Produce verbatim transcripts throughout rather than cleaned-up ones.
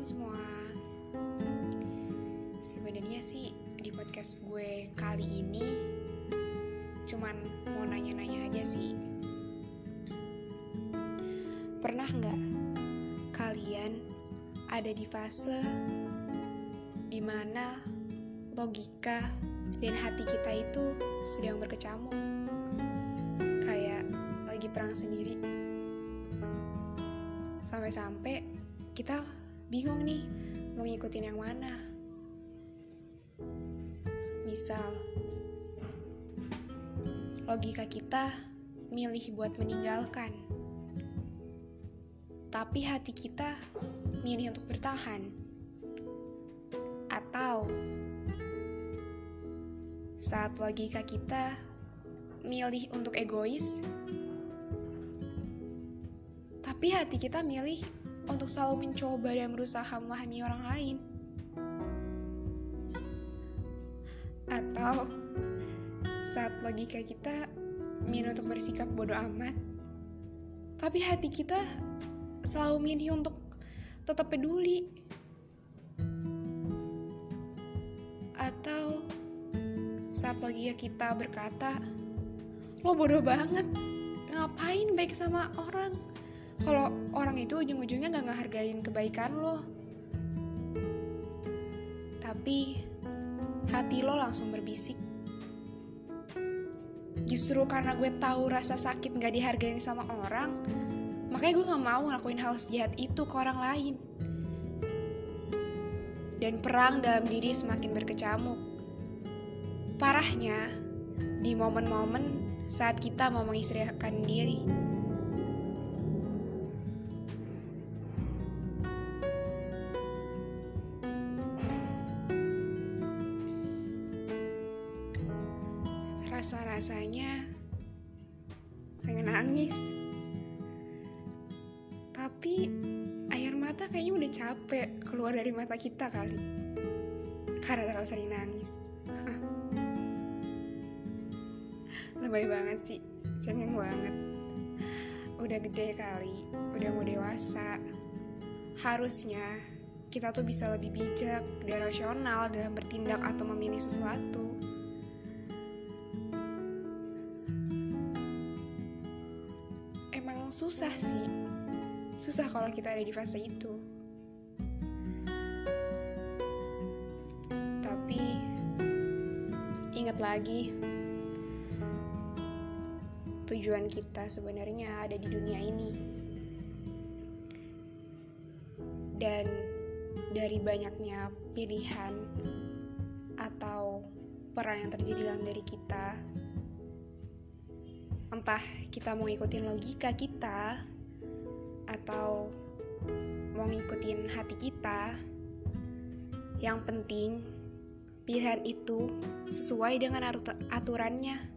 Halo semua. Sebenarnya sih di podcast gue kali ini cuman mau nanya-nanya aja sih. Pernah nggak kalian ada di fase dimana logika dan hati kita itu sedang berkecamuk, kayak lagi perang sendiri, sampai-sampai kita bingung nih mau ngikutin yang mana. Misal logika kita milih buat meninggalkan, tapi hati kita milih untuk bertahan. Atau saat logika kita milih untuk egois, tapi hati kita milih untuk selalu mencoba dan berusaha memahami orang lain. Atau saat logika kita milih untuk bersikap bodoh amat, tapi hati kita selalu milih untuk tetap peduli. Atau saat logika kita berkata, lo bodoh banget, ngapain baik sama orang kalau orang itu ujung-ujungnya gak ngehargain kebaikan lo. Tapi hati lo langsung berbisik, justru karena gue tahu rasa sakit gak dihargain sama orang, makanya gue gak mau ngelakuin hal sejahat itu ke orang lain. Dan perang dalam diri semakin berkecamuk. Parahnya, di momen-momen saat kita mau mengistirahatkan diri, rasa-rasanya pengen nangis, tapi air mata kayaknya udah capek keluar dari mata kita kali, karena terlalu sering nangis. Lebay banget sih, cengeng banget. Udah gede kali, udah mau dewasa. Harusnya kita tuh bisa lebih bijak dan rasional dalam bertindak atau memilih sesuatu. Emang susah sih, susah kalau kita ada di fase itu. Tapi ingat lagi, tujuan kita sebenarnya ada di dunia ini. Dan dari banyaknya pilihan atau peran yang terjadi dalam diri kita, entah kita mau ngikutin logika kita atau mau ngikutin hati kita, yang penting pilihan itu sesuai dengan aturannya.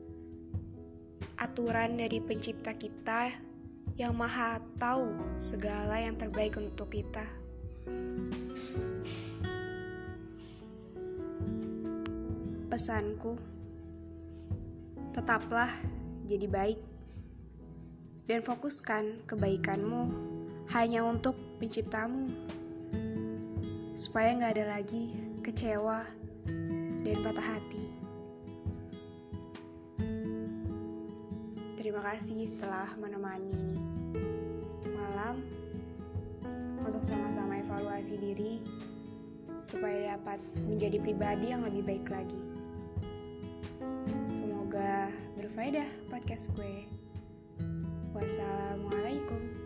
Aturan dari pencipta kita yang maha tahu segala yang terbaik untuk kita. Pesanku, tetaplah jadi baik dan fokuskan kebaikanmu hanya untuk penciptamu, supaya gak ada lagi kecewa dan patah hati. Terima kasih telah menemani malam untuk sama-sama evaluasi diri supaya dapat menjadi pribadi yang lebih baik lagi. Semoga berfaedah podcast gue. Wassalamualaikum.